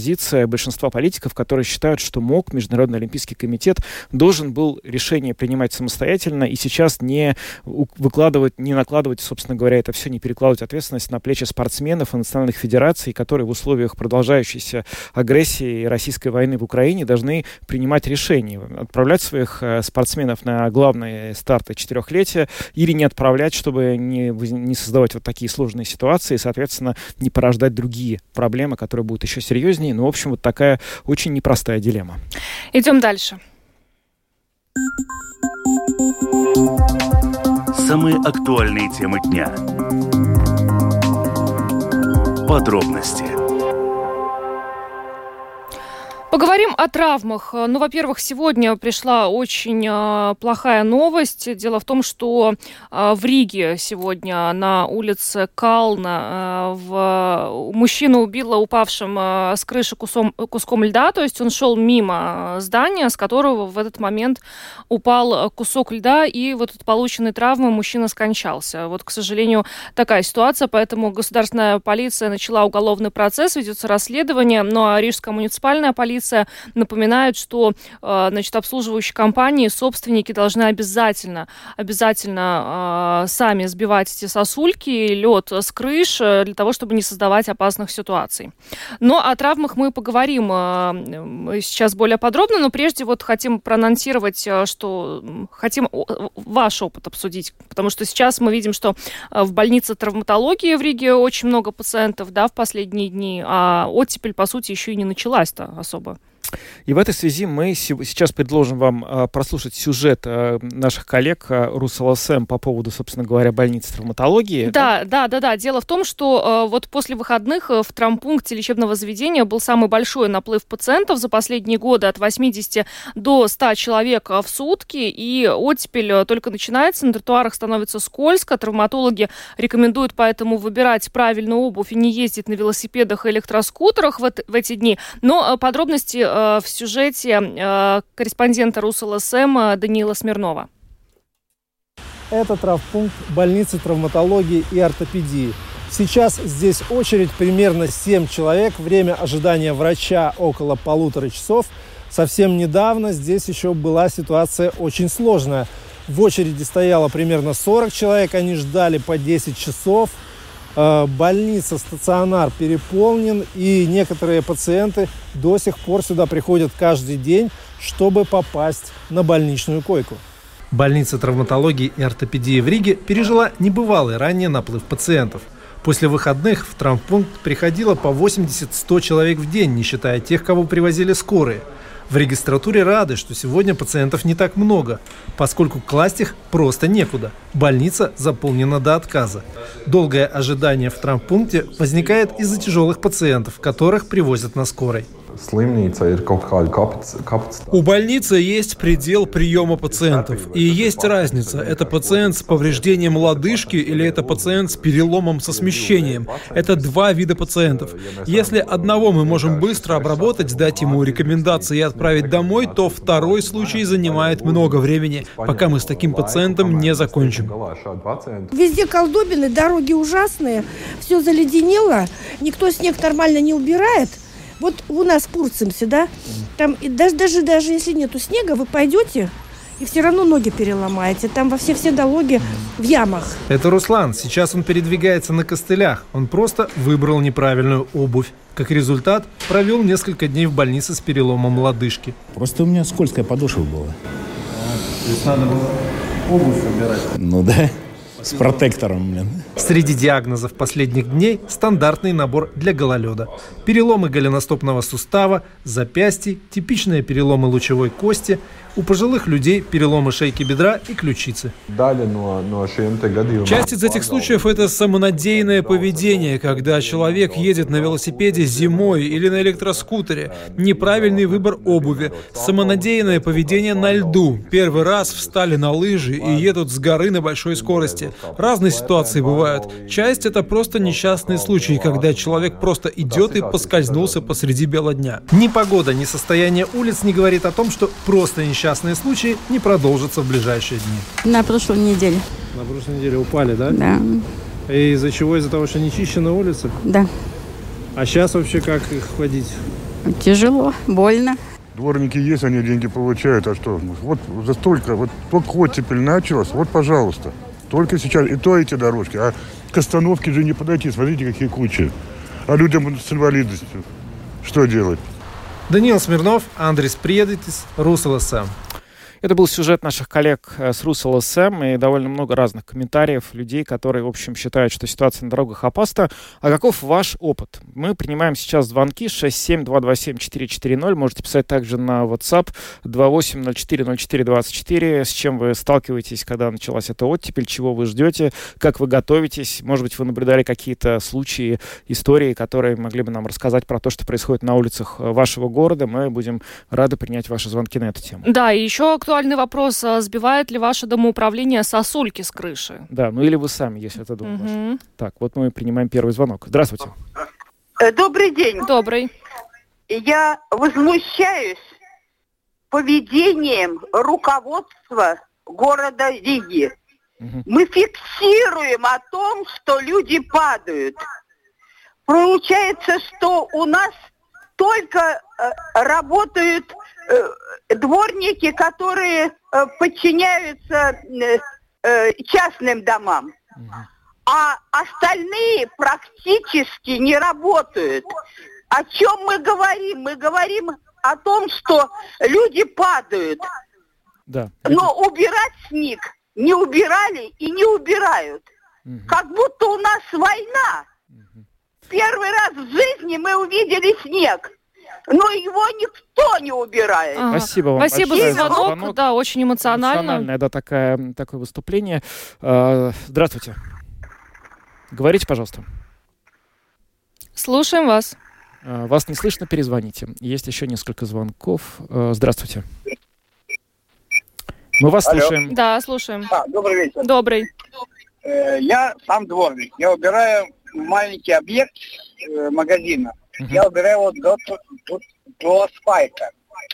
позиция большинства политиков, которые считают, что МОК, Международный олимпийский комитет, должен был решение принимать самостоятельно и сейчас не выкладывать, не накладывать, собственно говоря, это все, не перекладывать ответственность на плечи спортсменов и национальных федераций, которые в условиях продолжающейся агрессии и российской войны в Украине должны принимать решения, отправлять своих спортсменов на главные старты четырехлетия или не отправлять, чтобы не, не создавать вот такие сложные ситуации и, соответственно, не порождать другие проблемы, которые будут еще серьезнее. Ну, в общем, вот такая очень непростая дилемма. Идем дальше. Самые актуальные темы дня. Подробности. Поговорим о травмах. Ну, во-первых, сегодня пришла очень э, плохая новость. Дело в том, что э, в Риге сегодня на улице Кална э, в... мужчина убило упавшим э, с крыши кусом, куском льда. То есть он шел мимо здания, с которого в этот момент упал кусок льда, и вот от полученной травмы мужчина скончался. Вот, к сожалению, такая ситуация, поэтому государственная полиция начала уголовный процесс, ведется расследование, ну а Рижская муниципальная полиция напоминает, что значит, обслуживающие компании, собственники должны обязательно, обязательно э, сами сбивать эти сосульки, лед с крыш, для того, чтобы не создавать опасных ситуаций. Но о травмах мы поговорим э, сейчас более подробно, но прежде вот хотим проанонсировать, что хотим ваш опыт обсудить, потому что сейчас мы видим, что в больнице травматологии в Риге очень много пациентов, да, в последние дни, а оттепель, по сути, еще и не началась-то особо. И в этой связи мы сейчас предложим вам э, прослушать сюжет э, наших коллег э, РусЛСМ по поводу, собственно говоря, больницы травматологии. Да, да, да, да. Дело в том, что э, вот после выходных в травмпункте лечебного заведения был самый большой наплыв пациентов за последние годы, от восьмидесяти до ста человек в сутки, и оттепель только начинается, на тротуарах становится скользко, травматологи рекомендуют поэтому выбирать правильную обувь и не ездить на велосипедах и электроскутерах в, в эти дни. Но подробности в сюжете корреспондента РусЛСМ Даниила Смирнова. Это травмпункт больницы травматологии и ортопедии. Сейчас здесь очередь примерно семь человек. Время ожидания врача около полутора часов. Совсем недавно здесь еще была ситуация очень сложная. В очереди стояло примерно сорок человек. Они ждали по десять часов. Больница, стационар переполнен, и некоторые пациенты до сих пор сюда приходят каждый день, чтобы попасть на больничную койку. Больница травматологии и ортопедии в Риге пережила небывалый ранее наплыв пациентов. После выходных в травмпункт приходило по восемьдесят-сто человек в день, не считая тех, кого привозили скорые. В регистратуре рады, что сегодня пациентов не так много, поскольку класть их просто некуда. Больница заполнена до отказа. Долгое ожидание в травмпункте возникает из-за тяжелых пациентов, которых привозят на скорой. У больницы есть предел приема пациентов. И есть разница. Это пациент с повреждением лодыжки или это пациент с переломом со смещением. Это два вида пациентов. Если одного мы можем быстро обработать, дать ему рекомендации и отправить домой, то второй случай занимает много времени, пока мы с таким пациентом не закончим. Везде колдобины, дороги ужасные, все заледенело, никто снег нормально не убирает. Вот у нас в Пурцемсе, да, там даже, даже, даже если нету снега, вы пойдете и все равно ноги переломаете. Там во все-все дороги в ямах. Это Руслан. Сейчас он передвигается на костылях. Он просто выбрал неправильную обувь. Как результат, провел несколько дней в больнице с переломом лодыжки. Просто у меня скользкая подошва была. То есть надо было обувь выбирать? Ну да. С протектором, блин. Среди диагнозов последних дней стандартный набор для гололеда. Переломы голеностопного сустава, запястий, типичные переломы лучевой кости. У пожилых людей переломы шейки бедра и ключицы. Часть из этих случаев – это самонадеянное поведение, когда человек едет на велосипеде зимой или на электроскутере. Неправильный выбор обуви. Самонадеянное поведение на льду. Первый раз встали на лыжи и едут с горы на большой скорости. Разные ситуации бывают. Часть – это просто несчастные случаи, когда человек просто идет и поскользнулся посреди бела дня. Ни погода, ни состояние улиц не говорит о том, что просто несчастные Несчастные случаи не продолжатся в ближайшие дни. На прошлой неделе. На прошлой неделе упали, да? Да. И из-за чего? Из-за того, что не чищена улица? Да. А сейчас вообще как их ходить? Тяжело, больно. Дворники есть, они деньги получают, а что? Вот за столько, вот только оттепель началась, вот, пожалуйста. Только сейчас, и то эти дорожки. А к остановке же не подойти, смотрите, какие кучи. А людям с инвалидностью что делать? Даниил Смирнов, Андрис Приедитис, РусЛСМ. Это был сюжет наших коллег с РусЛСМ и довольно много разных комментариев людей, которые, в общем, считают, что ситуация на дорогах опасна. А каков ваш опыт? Мы принимаем сейчас звонки шесть семь два два семь четыре четыре ноль. Можете писать также на WhatsApp два восемь ноль четыре ноль четыре двадцать четыре. С чем вы сталкиваетесь, когда началась эта оттепель, чего вы ждете, как вы готовитесь. Может быть, вы наблюдали какие-то случаи, истории, которые могли бы нам рассказать про то, что происходит на улицах вашего города. Мы будем рады принять ваши звонки на эту тему. Да, и еще актуальный вопрос. Сбивает ли ваше домоуправление сосульки с крыши? Да, ну или вы сами, если это дом Угу. ваш. Так, вот мы принимаем первый звонок. Здравствуйте. Добрый день. Добрый. Я возмущаюсь поведением руководства города Риги. Угу. Мы фиксируем о том, что люди падают. Получается, что у нас только э, работают э, дворники, которые э, подчиняются э, э, частным домам. Угу. А остальные практически не работают. О чем мы говорим? Мы говорим о том, что люди падают. Да. Но убирать снег не убирали и не убирают. Угу. Как будто у нас война. Угу. Первый раз в жизни мы увидели снег. Но его никто не убирает. Ага. Спасибо вам Спасибо большое за звонок. за звонок. Да, очень эмоционально. Эмоциональное, да, такое, такое выступление. Uh, здравствуйте. Говорите, пожалуйста. Слушаем вас. Uh, вас не слышно, перезвоните. Есть еще несколько звонков. Uh, здравствуйте. Мы вас Алло. слушаем. Да, слушаем. А, добрый вечер. Добрый. Э, я сам дворник. Я убираю маленький объект э, магазина. Uh-huh. Я убираю его до, до, до асфальта.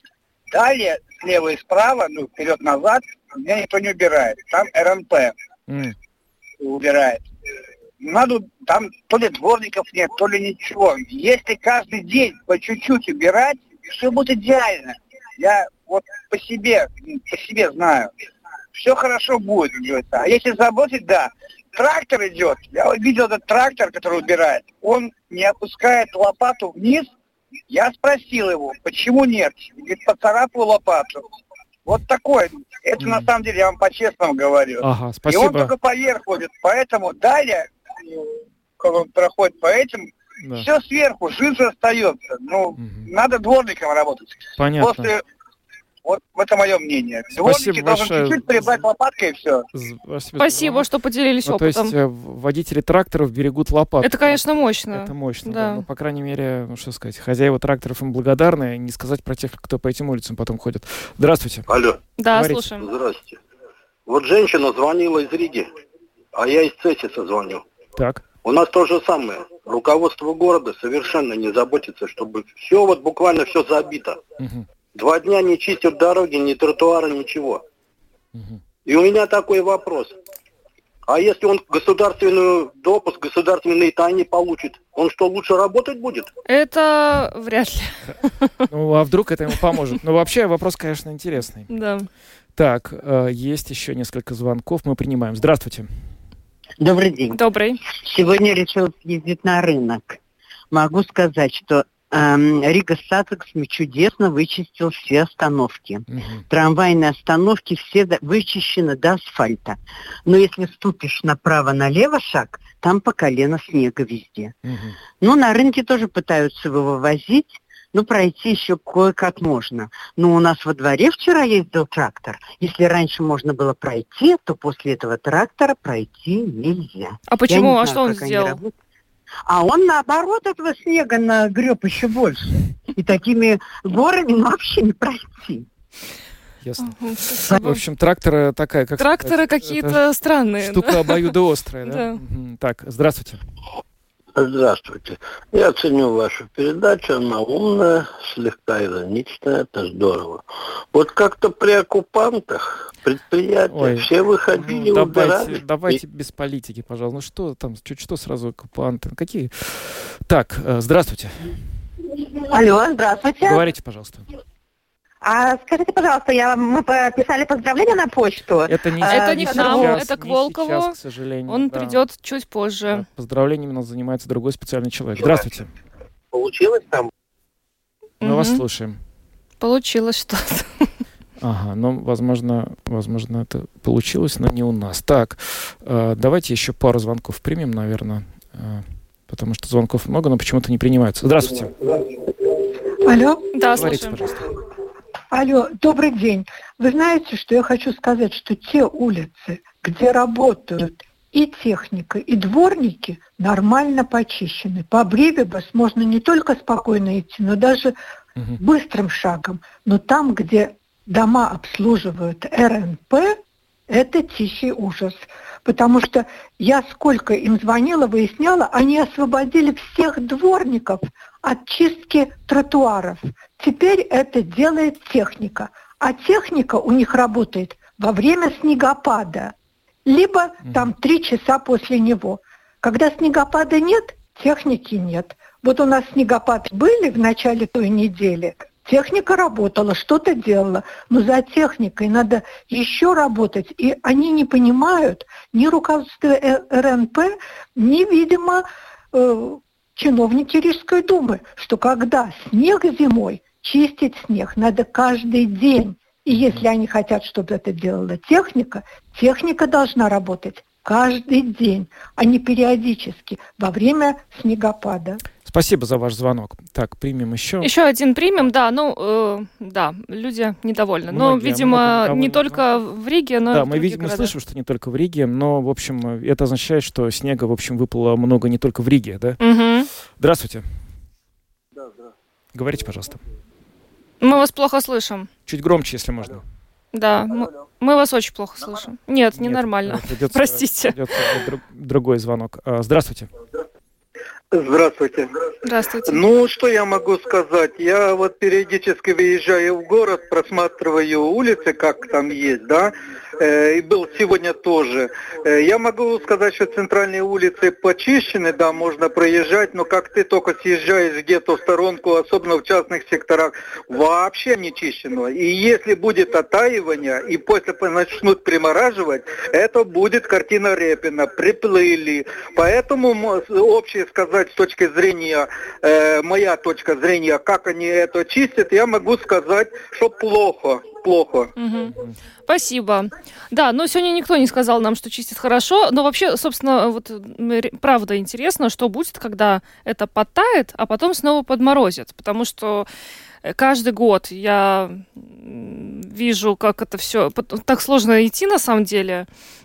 Далее, слева и справа, ну, вперед-назад, меня никто не убирает. Там эр эн пэ Mm. убирает. Надо, там то ли дворников нет, то ли ничего. Если каждый день по чуть-чуть убирать, все будет идеально. Я вот по себе, по себе знаю. Все хорошо будет, говорится. А если забросить, да. Трактор идет. Я видел этот трактор, который убирает. Он не опускает лопату вниз. Я спросил его, почему нет. Говорит, поцарапаю лопату. Вот такой. Это mm. на самом деле, я вам по-честному говорю. Ага, спасибо. И он только поверх ходит. Поэтому далее, когда он проходит по этим, да. все сверху, жижа остается. Ну, mm-hmm. надо дворником работать. Понятно. После... Вот это мое мнение. Спасибо большое. Чуть-чуть прибрать лопаткой и все. Спасибо, Спасибо что поделились ну, опытом. То есть водители тракторов берегут лопатку. Это, конечно, мощно. Это мощно, да. да. Ну, по крайней мере, ну что сказать, хозяева тракторов им благодарны, не сказать про тех, кто по этим улицам потом ходит. Здравствуйте. Алло. Да, Говорите. слушаем. Здравствуйте. Вот женщина звонила из Риги, а я из Цесиса звоню. Так. У нас то же самое. Руководство города совершенно не заботится, чтобы все, вот буквально все забито. Угу. Два дня не чистят дороги, ни тротуары, ничего. Угу. И у меня такой вопрос. А если он государственную допуск, государственные тайны получит, он что, лучше работать будет? Это вряд ли. Ну, а вдруг это ему поможет? Ну, вообще, вопрос, конечно, интересный. Да. Так, есть еще несколько звонков. Мы принимаем. Здравствуйте. Добрый день. Добрый. Сегодня решил съездить на рынок. Могу сказать, что Рига Сатекс чудесно вычистил все остановки. Угу. Трамвайные остановки все вычищены до асфальта. Но если ступишь направо-налево шаг, там по колено снега везде. Угу. Ну, на рынке тоже пытаются его вывозить, но пройти еще кое-как можно. Но у нас во дворе вчера ездил трактор. Если раньше можно было пройти, то после этого трактора пройти нельзя. А почему? Я не а знаю, что он как сделал? А он, наоборот, этого снега нагреб еще больше. И такими горами ну, вообще не пройти. Ясно. В общем, тракторы такая, как Тракторы сказать, какие-то странные. Штука да? обоюдоострая, да? да? Так, здравствуйте. Здравствуйте. Я ценю вашу передачу, она умная, слегка ироничная, это здорово. Вот как-то при оккупантах предприятия Ой, все выходили, ну, убирали. Давайте, давайте и... без политики, пожалуйста. Ну что там, чуть что сразу оккупанты? Какие? Так, здравствуйте. Алло, здравствуйте. Говорите, пожалуйста. А скажите, пожалуйста, я, мы писали поздравления на почту. Это не, это не к нам, сейчас, это к Волкову. Сейчас, к сожалению. Он да. придет чуть позже. Да, поздравлениями нас занимается другой специальный человек. Здравствуйте. Получилось там? Мы угу. вас слушаем. Получилось что-то. Ага, ну, возможно, возможно, это получилось, но не у нас. Так, э, давайте еще пару звонков примем, наверное, э, потому что звонков много, но почему-то не принимаются. Здравствуйте. Алло. Да, говорите, слушаем. пожалуйста. Алло, добрый день. Вы знаете, что я хочу сказать, что те улицы, где работают и техника, и дворники, нормально почищены. По Бривибас можно не только спокойно идти, но даже угу. быстрым шагом. Но там, где дома обслуживают эр эн пэ, это тихий ужас. Потому что я сколько им звонила, выясняла, они освободили всех дворников от чистки тротуаров. Теперь это делает техника. А техника у них работает во время снегопада. Либо там три часа после него. Когда снегопада нет, техники нет. Вот у нас снегопады были в начале той недели. Техника работала, что-то делала, но за техникой надо еще работать. И они не понимают, ни руководство эр эн пэ, ни, видимо, э, чиновники Рижской думы, что когда снег зимой, чистить снег надо каждый день. И если они хотят, чтобы это делала техника, техника должна работать каждый день, а не периодически, во время снегопада. Спасибо за ваш звонок. Так, примем еще. Еще один примем, да, ну, э, да, люди недовольны. Многие, но, видимо, недовольны, не только да. в Риге, но да, и в мы, видим, мы слышим, что не только в Риге, но, в общем, это означает, что снега, в общем, выпало много не только в Риге, да? Угу. Здравствуйте. Да, да. Говорите, пожалуйста. Мы вас плохо слышим. Чуть громче, если можно. Да, мы, мы вас очень плохо слышим. Нет, не нормально. Придется, Простите. Придется друг, другой звонок. Здравствуйте. Здравствуйте. Здравствуйте. Ну, что я могу сказать? Я вот периодически выезжаю в город, просматриваю улицы, как там есть, да, э, и был сегодня тоже. Э, я могу сказать, что центральные улицы почищены, да, можно проезжать, но как ты только съезжаешь где-то в сторонку, особенно в частных секторах, вообще не чищено. И если будет оттаивание, и после начнут примораживать, это будет картина Репина, приплыли. Поэтому общее сказать, с точки зрения, э, моя точка зрения, как они это чистят, я могу сказать, что плохо, плохо. Угу. Спасибо. Да, но сегодня никто не сказал нам, что чистит хорошо, но вообще, собственно, вот правда интересно, что будет, когда это подтает, а потом снова подморозит, потому что каждый год я вижу, как это все, так сложно идти на самом деле.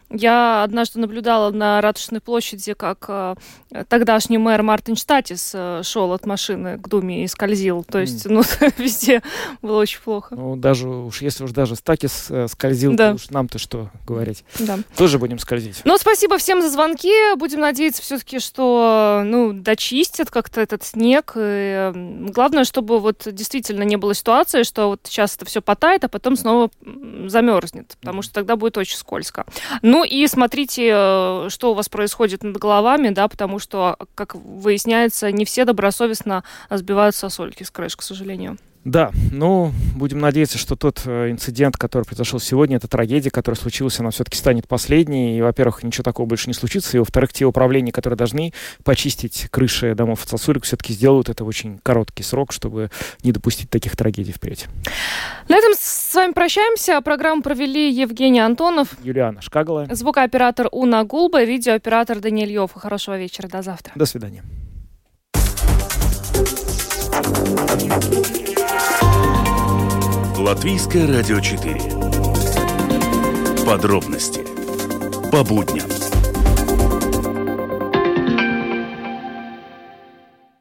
Я однажды наблюдала на Ратушной площади, как э, тогдашний мэр Мартин Штатис э, шел от машины к Думе и скользил. То есть, ну, везде было очень плохо. Ну, даже уж, если уж даже Статис э, скользил, да. то уж нам-то что говорить. Да. Тоже будем скользить. Ну, спасибо всем за звонки. Будем надеяться все-таки, что, ну, дочистят как-то этот снег. И, э, главное, чтобы вот действительно не было ситуации, что вот сейчас это все потает, а потом снова замерзнет, потому что тогда будет очень скользко. Ну, и смотрите, что у вас происходит над головами, да, потому что, как выясняется, не все добросовестно сбивают сосульки с крыш, к сожалению. Да, ну, будем надеяться, что тот э, инцидент, который произошел сегодня, эта трагедия, которая случилась, она все-таки станет последней. И, во-первых, ничего такого больше не случится. И, во-вторых, те управления, которые должны почистить крыши домов от сосулек, все-таки сделают это в очень короткий срок, чтобы не допустить таких трагедий впредь. На этом с вами прощаемся. Программу провели Евгений Антонов, Юлиана Шкагала, звукооператор Уна Гулба, видеооператор Даниэль Йофф. Хорошего вечера. До завтра. До свидания. Латвийское радио четыре. Подробности по будням.